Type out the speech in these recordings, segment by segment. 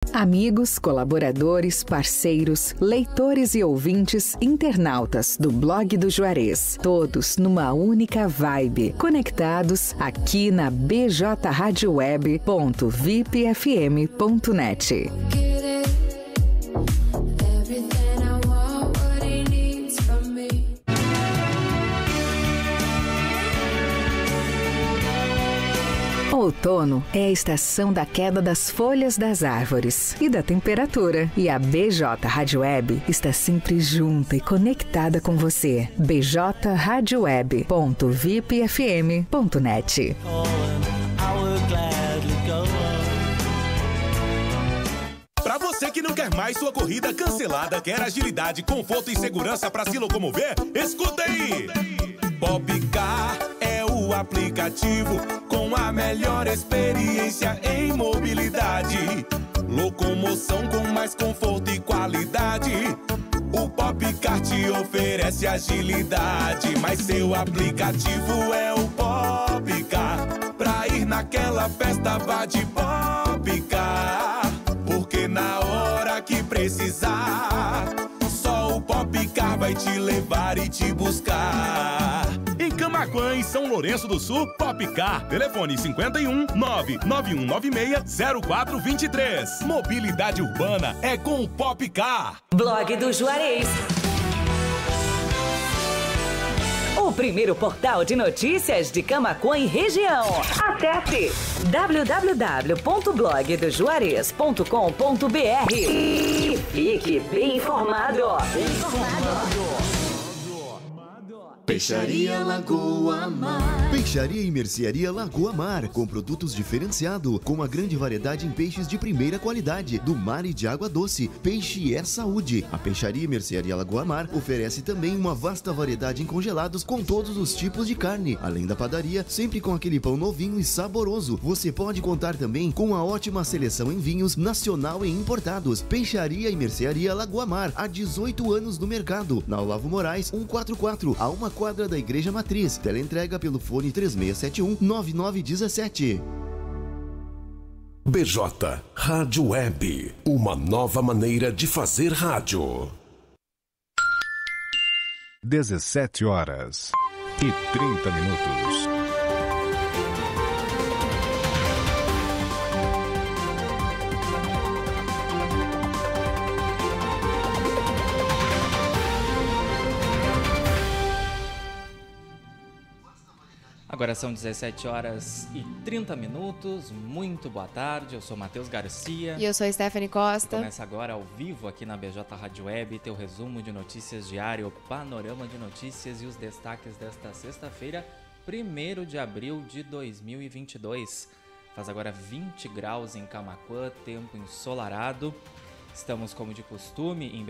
Amigos, colaboradores, parceiros, leitores e ouvintes, internautas do Blog do Juarez, todos numa única vibe, conectados aqui na bjradioweb.vipfm.net. Outono é a estação da queda das folhas das árvores e da temperatura. E a BJ Rádio Web está sempre junta e conectada com você. bjradioweb.vipfm.net. Para você que não quer mais sua corrida cancelada, quer agilidade, conforto e segurança para se locomover, escuta aí! Popcar é o aplicativo com a melhor experiência em mobilidade. Locomoção com mais conforto e qualidade. O Popcar te oferece agilidade, mas seu aplicativo é o Popcar. Pra ir naquela festa vá de Popcar, porque na hora que precisar, só o Popcar vai te levar e te buscar. Em Camaquã, em São Lourenço do Sul, Popcar. Telefone 51 99196 0423. Mobilidade urbana é com o Popcar. Blog do Juarez. O primeiro portal de notícias de Camaquã e região. Acesse www.blogdojuarez.com.br e fique bem informado. Peixaria Lagoa Mar. Peixaria e Mercearia Lagoa Mar, com produtos diferenciados, com uma grande variedade em peixes de primeira qualidade, do mar e de água doce. Peixe é saúde. A Peixaria e Mercearia Lagoa Mar oferece também uma vasta variedade em congelados com todos os tipos de carne. Além da padaria, sempre com aquele pão novinho e saboroso. Você pode contar também com uma ótima seleção em vinhos nacional e importados. Peixaria e Mercearia Lagoa Mar, há 18 anos no mercado. Na Olavo Moraes, 144, a uma quadra da Igreja Matriz. Teleentrega pelo fone 3671-9917. BJ Rádio Web, uma nova maneira de fazer rádio. 17h30. Agora são 17h30. Muito boa tarde, eu sou Matheus Garcia. E eu sou Stephanie Costa. Começa agora ao vivo aqui na BJ Rádio Web, teu resumo de notícias diário, o panorama de notícias e os destaques desta sexta-feira, 1º de abril de 2022. Faz agora 20 graus em Camaquã, tempo ensolarado. Estamos, como de costume, em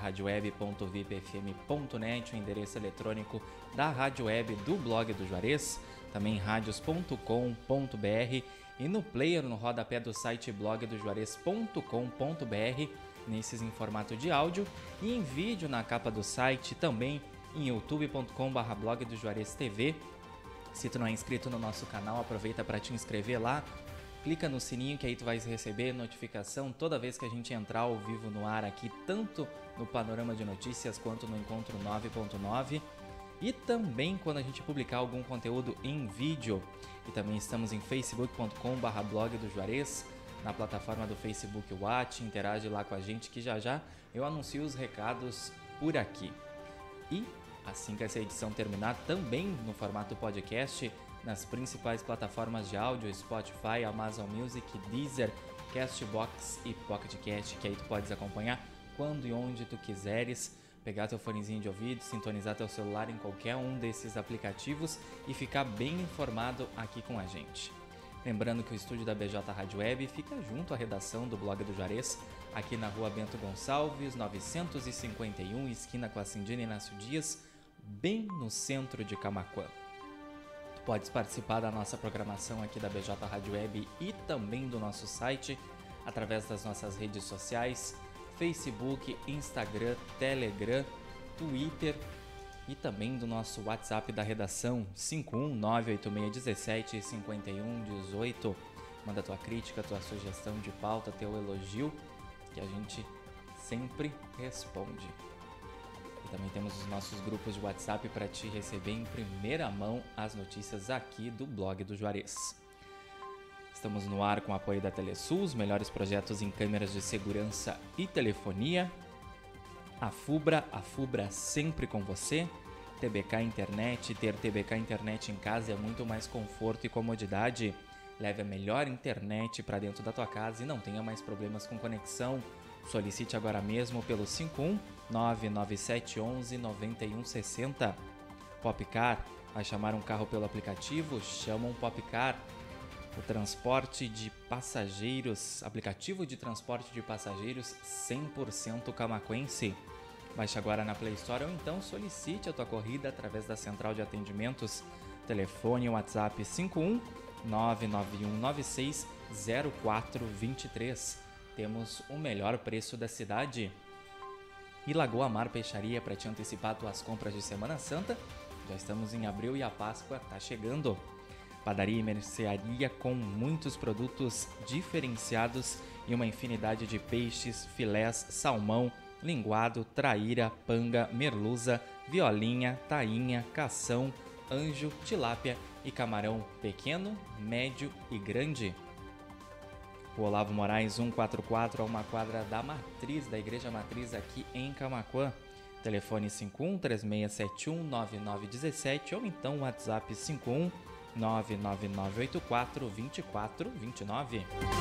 bjradioweb.vipfm.net, o endereço eletrônico da Rádio Web do Blog do Juarez, também radios.com.br e no player no rodapé do site blogdojuarez.com.br, nesses em formato de áudio, e em vídeo na capa do site, também em youtube.com/blogdojuarez.tv. Se tu não é inscrito no nosso canal, aproveita para te inscrever lá. Clica no sininho que aí tu vai receber notificação toda vez que a gente entrar ao vivo no ar aqui, tanto no Panorama de Notícias quanto no Encontro 9.9 e também quando a gente publicar algum conteúdo em vídeo. E também estamos em facebook.com/blog do Juarez, na plataforma do Facebook Watch. Interage lá com a gente que já já eu anuncio os recados por aqui. E assim que essa edição terminar, também no formato podcast, nas principais plataformas de áudio, Spotify, Amazon Music, Deezer, Castbox e Pocket Cast, que aí tu podes acompanhar quando e onde tu quiseres, pegar teu fonezinho de ouvido, sintonizar teu celular em qualquer um desses aplicativos e ficar bem informado aqui com a gente. Lembrando que o estúdio da BJ Rádio Web fica junto à redação do Blog do Juarez, aqui na rua Bento Gonçalves, 951, esquina com a Cindina Inácio Dias, bem no centro de Camaquã. Podes participar da nossa programação aqui da BJ Rádio Web e também do nosso site, através das nossas redes sociais, Facebook, Instagram, Telegram, Twitter e também do nosso WhatsApp da redação, 51986175118. Manda tua crítica, tua sugestão de pauta, teu elogio que a gente sempre responde. E também temos os nossos grupos de WhatsApp para te receber em primeira mão as notícias aqui do blog do Juarez. Estamos no ar com o apoio da Telesul, os melhores projetos em câmeras de segurança e telefonia. A Fubra sempre com você. TBK Internet, ter TBK Internet em casa é muito mais conforto e comodidade. Leve a melhor internet para dentro da tua casa e não tenha mais problemas com conexão. Solicite agora mesmo pelo 51 99711 9160. Popcar, vai chamar um carro pelo aplicativo? Chama um Popcar. O transporte de passageiros, aplicativo de transporte de passageiros 100% camaquense. Baixe agora na Play Store ou então solicite a tua corrida através da central de atendimentos. Telefone e WhatsApp 51 99196 0423. Temos o melhor preço da cidade. E Lagoa Mar Peixaria para te antecipar tuas compras de Semana Santa. Já estamos em abril e a Páscoa está chegando. Padaria e mercearia com muitos produtos diferenciados e uma infinidade de peixes, filés, salmão, linguado, traíra, panga, merluza, violinha, tainha, cação, anjo, tilápia e camarão pequeno, médio e grande. O Olavo Moraes 144 a uma quadra da Matriz, da Igreja Matriz aqui em Camaquã. Telefone 51 3671 9917 ou então WhatsApp 51 99984 2429.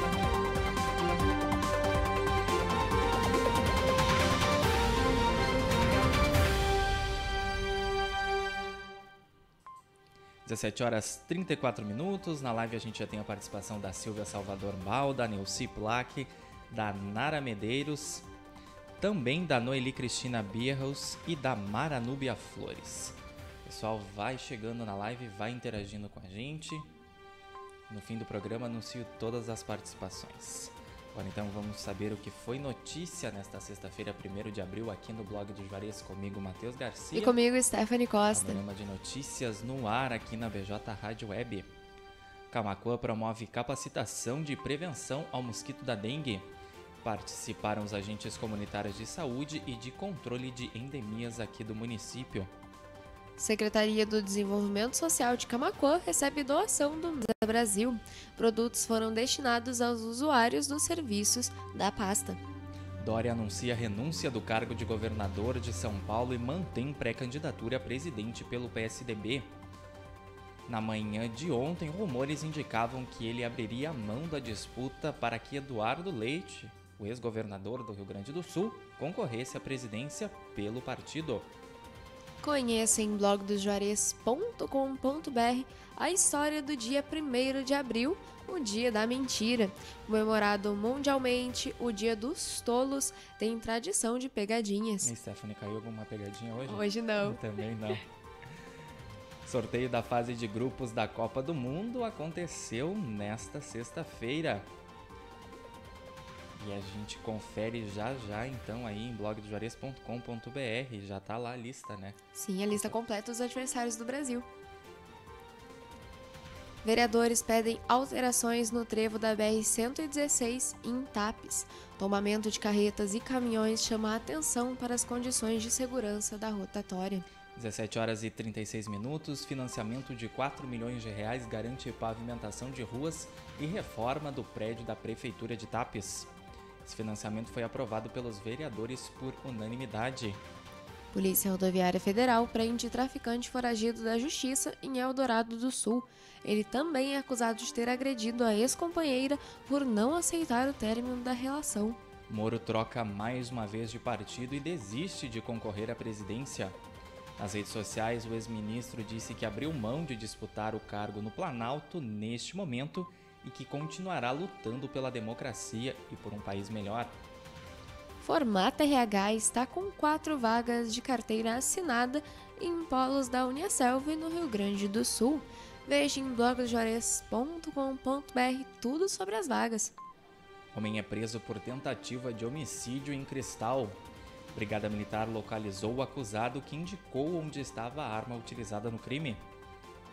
Às 17h34. Na live a gente já tem a participação da Silvia Salvador Mal, da Neuci Plaque, da Nara Medeiros, também da Noeli Cristina Bierhaus e da Maranúbia Flores. Pessoal, vai chegando na live, vai interagindo com a gente. No fim do programa anuncio todas as participações. Agora então vamos saber o que foi notícia nesta sexta-feira, 1º de abril, aqui no blog do Juarez, comigo, Matheus Garcia. E comigo, Stephanie Costa. Programa de notícias no ar aqui na BJ Rádio Web. Camaquã promove capacitação de prevenção ao mosquito da dengue. Participaram os agentes comunitários de saúde e de controle de endemias aqui do município. Secretaria do Desenvolvimento Social de Camaquã recebe doação do Zé Brasil. Produtos foram destinados aos usuários dos serviços da pasta. Dória anuncia renúncia do cargo de governador de São Paulo e mantém pré-candidatura a presidente pelo PSDB. Na manhã de ontem, rumores indicavam que ele abriria a mão da disputa para que Eduardo Leite, o ex-governador do Rio Grande do Sul, concorresse à presidência pelo partido. Conheça em blogdojuarez.com.br a história do dia 1º de abril, o Dia da Mentira. Comemorado mundialmente, o Dia dos Tolos tem tradição de pegadinhas. E Stephanie, caiu alguma pegadinha hoje? Hoje não. Também não. Sorteio da fase de grupos da Copa do Mundo aconteceu nesta sexta-feira. E a gente confere já então aí em blogdojuarez.com.br, já tá lá a lista, né? Sim, a lista completa dos adversários do Brasil. Vereadores pedem alterações no trevo da BR-116 em Tapes. Tombamento de carretas e caminhões chama a atenção para as condições de segurança da rotatória. 17h36, financiamento de R$4 milhões garante pavimentação de ruas e reforma do prédio da Prefeitura de Tapes. Esse financiamento foi aprovado pelos vereadores por unanimidade. Polícia Rodoviária Federal prende traficante foragido da Justiça em Eldorado do Sul. Ele também é acusado de ter agredido a ex-companheira por não aceitar o término da relação. Moro troca mais uma vez de partido e desiste de concorrer à presidência. Nas redes sociais, o ex-ministro disse que abriu mão de disputar o cargo no Planalto neste momento e que continuará lutando pela democracia e por um país melhor. Formata RH está com 4 vagas de carteira assinada em polos da Uniaselv no Rio Grande do Sul. Veja em blogdojuarez.com.br tudo sobre as vagas. Homem é preso por tentativa de homicídio em Cristal. Brigada Militar localizou o acusado que indicou onde estava a arma utilizada no crime.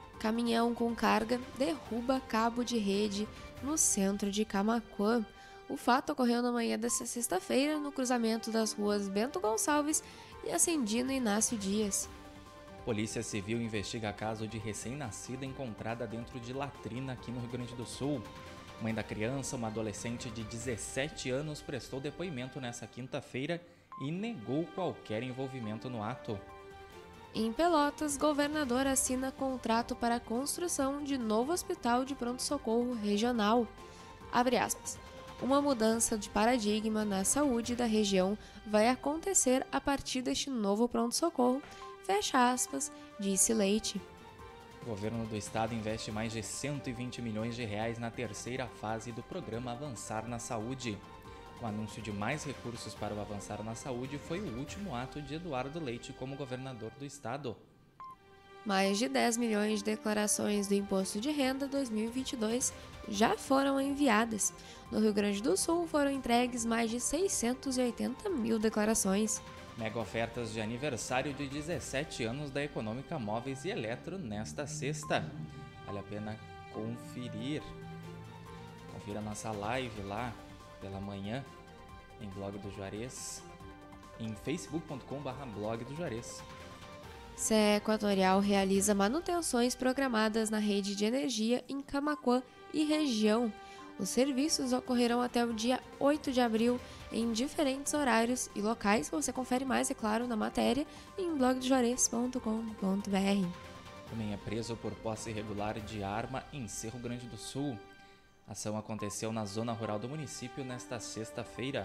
Caminhão com carga derruba cabo de rede no centro de Camaquã. O fato ocorreu na manhã desta sexta-feira, no cruzamento das ruas Bento Gonçalves e Ascendino Inácio Dias. Polícia Civil investiga caso de recém-nascida encontrada dentro de latrina aqui no Rio Grande do Sul. Mãe da criança, uma adolescente de 17 anos, prestou depoimento nesta quinta-feira e negou qualquer envolvimento no ato. Em Pelotas, governador assina contrato para a construção de novo hospital de pronto-socorro regional. Abre aspas. Uma mudança de paradigma na saúde da região vai acontecer a partir deste novo pronto-socorro, fecha aspas, disse Leite. O governo do estado investe mais de 120 milhões de reais na terceira fase do programa Avançar na Saúde. O anúncio de mais recursos para o Avançar na Saúde foi o último ato de Eduardo Leite como governador do estado. Mais de 10 milhões de declarações do Imposto de Renda 2022 já foram enviadas. No Rio Grande do Sul foram entregues mais de 680 mil declarações. Mega ofertas de aniversário de 17 anos da Econômica Móveis e Eletro nesta sexta. Vale a pena conferir. Confira nossa live lá pela manhã em Blog do Juarez, em facebook.com/blog do Juarez. CE Equatorial realiza manutenções programadas na rede de energia em Camaquã e região. Os serviços ocorrerão até o dia 8 de abril em diferentes horários e locais. Você confere mais, é claro, na matéria em blogdojuarez.com.br. Também é preso por posse irregular de arma em Cerro Grande do Sul. A ação aconteceu na zona rural do município nesta sexta-feira.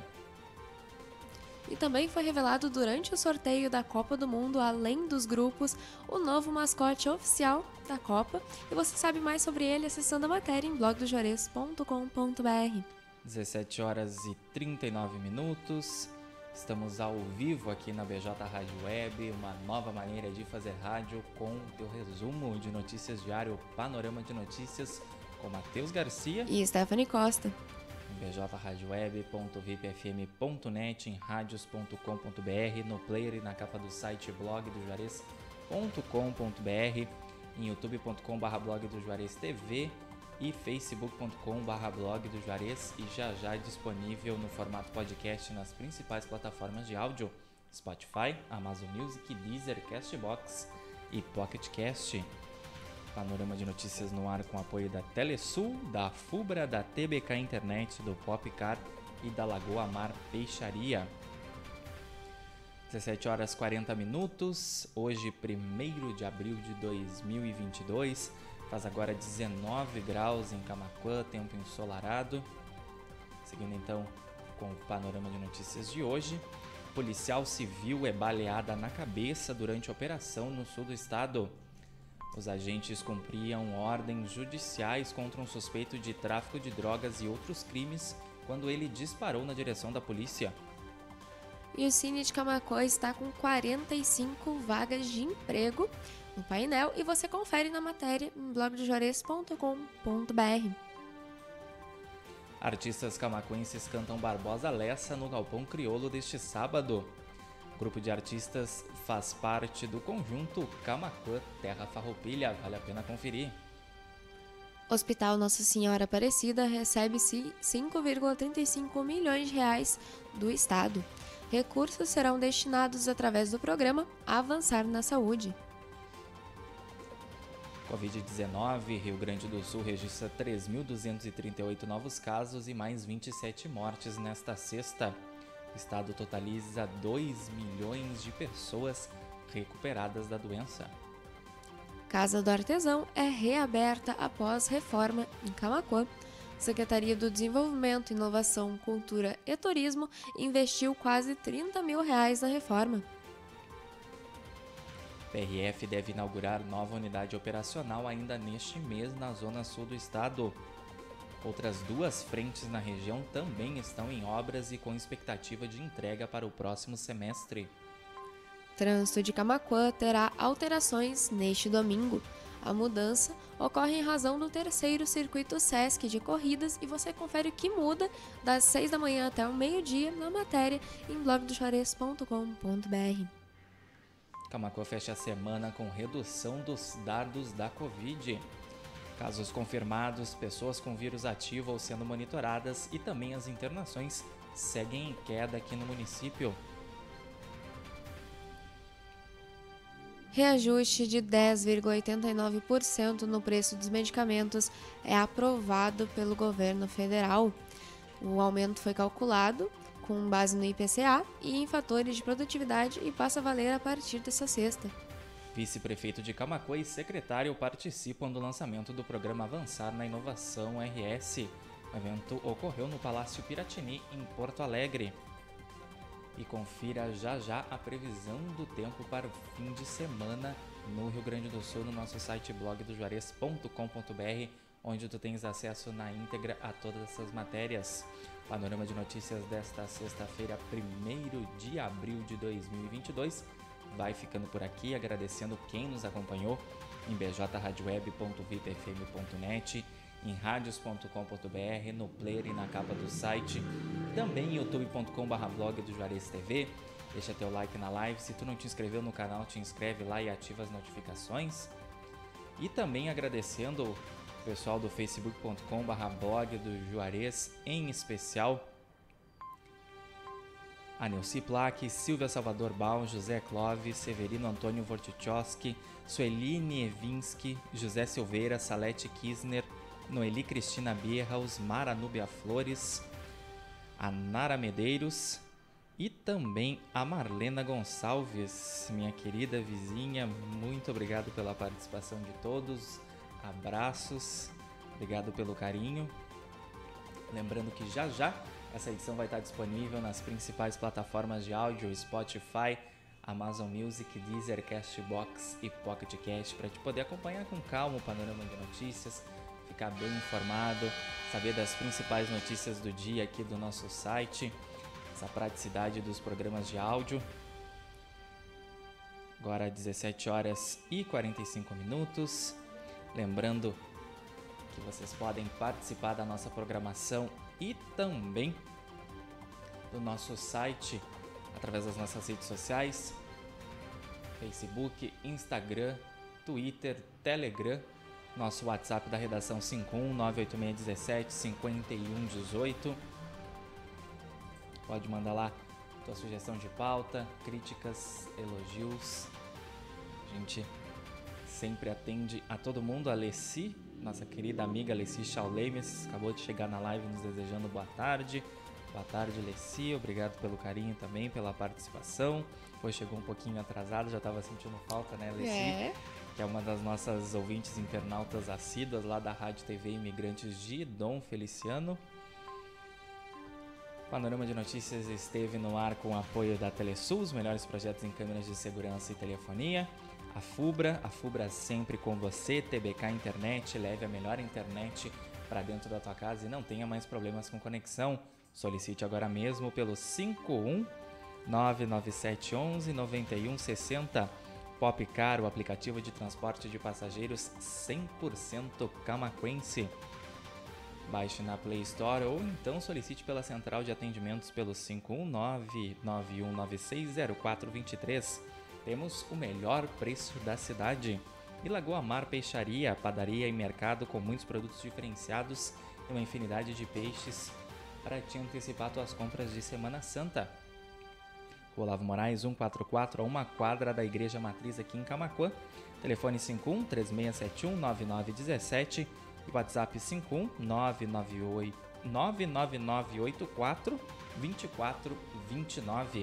E também foi revelado durante o sorteio da Copa do Mundo, além dos grupos, o novo mascote oficial da Copa. E você sabe mais sobre ele acessando a matéria em blogdojuarez.com.br. 17 horas e 39 minutos. Estamos ao vivo aqui na BJ Rádio Web, uma nova maneira de fazer rádio com o teu resumo de notícias diário, Panorama de Notícias, com Matheus Garcia e Stephanie Costa. bjradioweb.vipfm.net, em radios.com.br, no player e na capa do site blogdojuarez.com.br, em youtube.com/blog do Juarez TV e facebook.com/blog do Juarez, e já disponível no formato podcast nas principais plataformas de áudio: Spotify, Amazon Music, Deezer, Castbox e Pocket Cast. Panorama de notícias no ar com apoio da Telesul, da Fubra, da TBK Internet, do Popcar e da Lagoa Mar Peixaria. 17 horas 40 minutos, hoje 1º de abril de 2022, faz agora 19 graus em Camaquã, tempo ensolarado. Seguindo então com o panorama de notícias de hoje, policial civil é baleada na cabeça durante operação no sul do estado. Os agentes cumpriam ordens judiciais contra um suspeito de tráfico de drogas e outros crimes quando ele disparou na direção da polícia. E o Cine de Camaquã está com 45 vagas de emprego no painel e você confere na matéria em blogdojuarez.com.br. Artistas camaquenses cantam Barbosa Lessa no Galpão Crioulo deste sábado. O grupo de artistas faz parte do conjunto Camaquã Terra Farroupilha, vale a pena conferir. Hospital Nossa Senhora Aparecida recebe 5,35 milhões de reais do Estado. Recursos serão destinados através do programa Avançar na Saúde. Covid-19, Rio Grande do Sul registra 3.238 novos casos e mais 27 mortes nesta sexta. O estado totaliza 2 milhões de pessoas recuperadas da doença. Casa do Artesão é reaberta após reforma em Camaquã. Secretaria do Desenvolvimento, Inovação, Cultura e Turismo investiu quase R$30 mil na reforma. PRF deve inaugurar nova unidade operacional ainda neste mês na zona sul do estado. Outras 2 frentes na região também estão em obras e com expectativa de entrega para o próximo semestre. Trânsito de Camaquã terá alterações neste domingo. A mudança ocorre em razão do 3º Circuito Sesc de corridas e você confere o que muda das 6 da manhã até o meio-dia na matéria em blogdojuarez.com.br. Camaquã fecha a semana com redução dos dados da Covid. Casos confirmados, pessoas com vírus ativo ou sendo monitoradas e também as internações seguem em queda aqui no município. Reajuste de 10,89% no preço dos medicamentos é aprovado pelo governo federal. O aumento foi calculado com base no IPCA e em fatores de produtividade e passa a valer a partir dessa sexta. Vice-prefeito de Camaquã e secretário participam do lançamento do programa Avançar na Inovação RS. O evento ocorreu no Palácio Piratini, em Porto Alegre. E confira já já a previsão do tempo para o fim de semana no Rio Grande do Sul, no nosso site blogdojuarez.com.br, onde tu tens acesso na íntegra a todas essas matérias. Panorama de notícias desta sexta-feira, 1º de abril de 2022. Vai ficando por aqui, agradecendo quem nos acompanhou em bjradioweb.vipfm.net, em radios.com.br, no player e na capa do site, também em youtube.com/blog do Juarez TV. Deixa teu like na live, se tu não te inscreveu no canal, te inscreve lá e ativa as notificações. E também agradecendo o pessoal do facebook.com/blog do Juarez, em especial a Neuci Plaque, Silvia Salvador Baum, José Clóvis, Severino Antônio Vortichowski, Sueline Evinski, José Silveira, Salete Kisner, Noeli Cristina Bierhaus, Mara Núbia Flores, a Nara Medeiros e também a Marlena Gonçalves, minha querida vizinha. Muito obrigado pela participação de todos, abraços, obrigado pelo carinho. Lembrando que já já essa edição vai estar disponível nas principais plataformas de áudio, Spotify, Amazon Music, Deezer, Castbox e Pocket Cast, para te poder acompanhar com calma o panorama de notícias, ficar bem informado, saber das principais notícias do dia aqui do nosso site, essa praticidade dos programas de áudio. Agora 17h45. Lembrando que vocês podem participar da nossa programação e também do nosso site através das nossas redes sociais, Facebook, Instagram, Twitter, Telegram, nosso WhatsApp da redação 51986175118. Pode mandar lá tua sugestão de pauta, críticas, elogios. A gente sempre atende a todo mundo. A Alessi, nossa querida amiga Alessi Chaulemes, acabou de chegar na live nos desejando boa tarde. Boa tarde, Alessi. Obrigado pelo carinho também, pela participação. Hoje chegou um pouquinho atrasado, já estava sentindo falta, né, Alessi? Que é uma das nossas ouvintes internautas assíduas lá da Rádio TV Imigrantes de Dom Feliciano. Panorama de Notícias esteve no ar com o apoio da Telesul, os melhores projetos em câmeras de segurança e telefonia. A Fubra sempre com você. TBK Internet, leve a melhor internet para dentro da tua casa e não tenha mais problemas com conexão. Solicite agora mesmo pelo 51997119160. Popcar, o aplicativo de transporte de passageiros 100% camaquense. Baixe na Play Store ou então solicite pela central de atendimentos pelo 51991960423. Temos o melhor preço da cidade. E Lagoa Mar Peixaria, padaria e mercado com muitos produtos diferenciados e uma infinidade de peixes para te antecipar tuas compras de Semana Santa. Olavo Moraes 144, a uma quadra da Igreja Matriz aqui em Camaquã. Telefone 51-3671-9917 e WhatsApp 5199984-2429.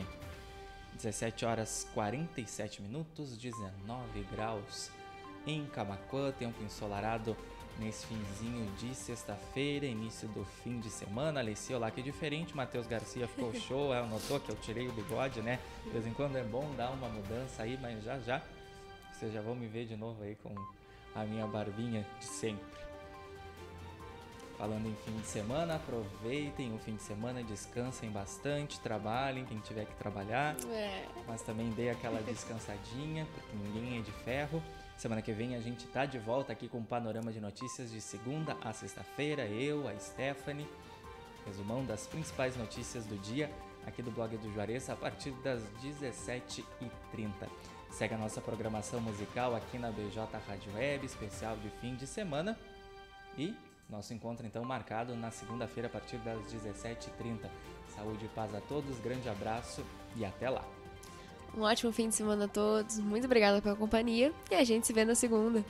17h47, 19 graus em Camaquã, tempo ensolarado nesse finzinho de sexta-feira, início do fim de semana. Alessi, olá, que diferente, Matheus Garcia ficou show, notou que eu tirei o bigode, né? De vez em quando é bom dar uma mudança aí, mas já vocês já vão me ver de novo aí com a minha barbinha de sempre. Falando em fim de semana, aproveitem o fim de semana, descansem bastante, trabalhem quem tiver que trabalhar, mas também dê aquela descansadinha, porque ninguém é de ferro. Semana que vem a gente tá de volta aqui com um panorama de notícias de segunda a sexta-feira, eu, a Stephanie, resumão das principais notícias do dia aqui do blog do Juarez a partir das 17h30. Segue a nossa programação musical aqui na BJ Rádio Web, especial de fim de semana. E nosso encontro então marcado na segunda-feira a partir das 17h30. Saúde e paz a todos, grande abraço e até lá. Um ótimo fim de semana a todos, muito obrigada pela companhia e a gente se vê na segunda.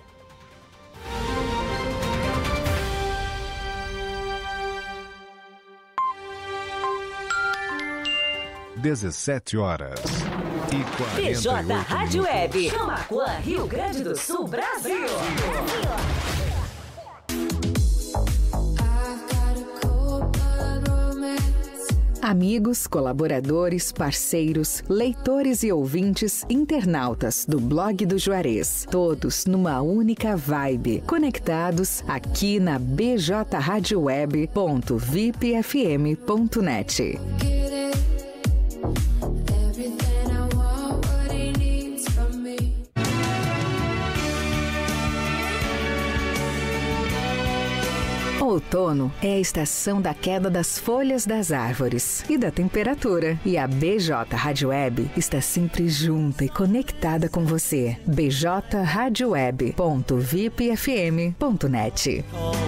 Às 17h48. BJ Rádio Web, Camaquã, Rio Grande do Sul, Brasil. Amigos, colaboradores, parceiros, leitores e ouvintes, internautas do Blog do Juarez, todos numa única vibe, conectados aqui na bjradioweb.vipfm.net. Outono é a estação da queda das folhas das árvores e da temperatura. E a BJ Rádio Web está sempre junta e conectada com você. bjradioweb.vipfm.net.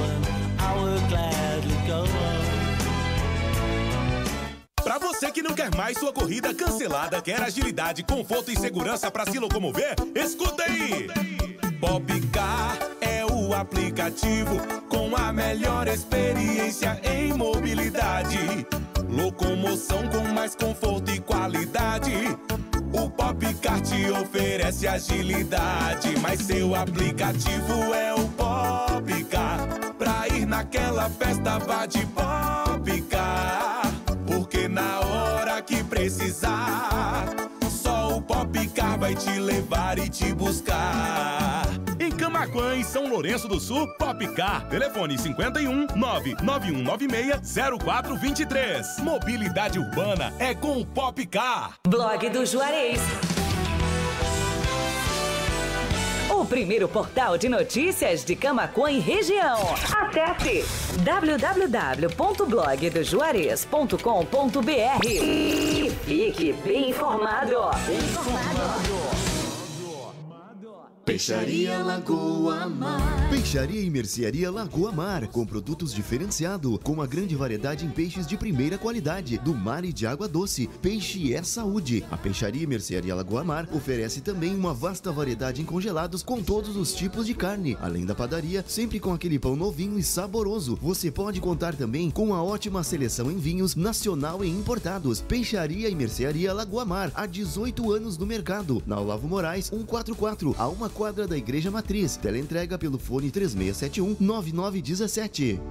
Pra você que não quer mais sua corrida cancelada, quer agilidade, conforto e segurança para se locomover, escuta aí! Popcar é o aplicativo com a melhor experiência em mobilidade. Locomoção com mais conforto e qualidade. O Popcar te oferece agilidade, mas seu aplicativo é o Popcar. Pra ir naquela festa vá de Popcar, porque na hora que precisar, só o Popcar vai te levar e te buscar. Em Camaquã e São Lourenço do Sul, Popcar. Telefone 51 99196 0423. Mobilidade urbana é com o Popcar. Blog do Juarez. O primeiro portal de notícias de Camaquã e região. Acesse www.blogdojuarez.com.br e fique bem informado. Peixaria Lagoa Mar. Peixaria e Mercearia Lagoa Mar, com produtos diferenciados, com uma grande variedade em peixes de primeira qualidade, do mar e de água doce. Peixe é saúde. A Peixaria e Mercearia Lagoa Mar oferece também uma vasta variedade em congelados com todos os tipos de carne. Além da padaria, sempre com aquele pão novinho e saboroso. Você pode contar também com uma ótima seleção em vinhos nacional e importados. Peixaria e Mercearia Lagoa Mar, há 18 anos no mercado. Na Olavo Moraes, 144, a uma quadra da Igreja Matriz. Teleentrega pelo fone 3671-9917.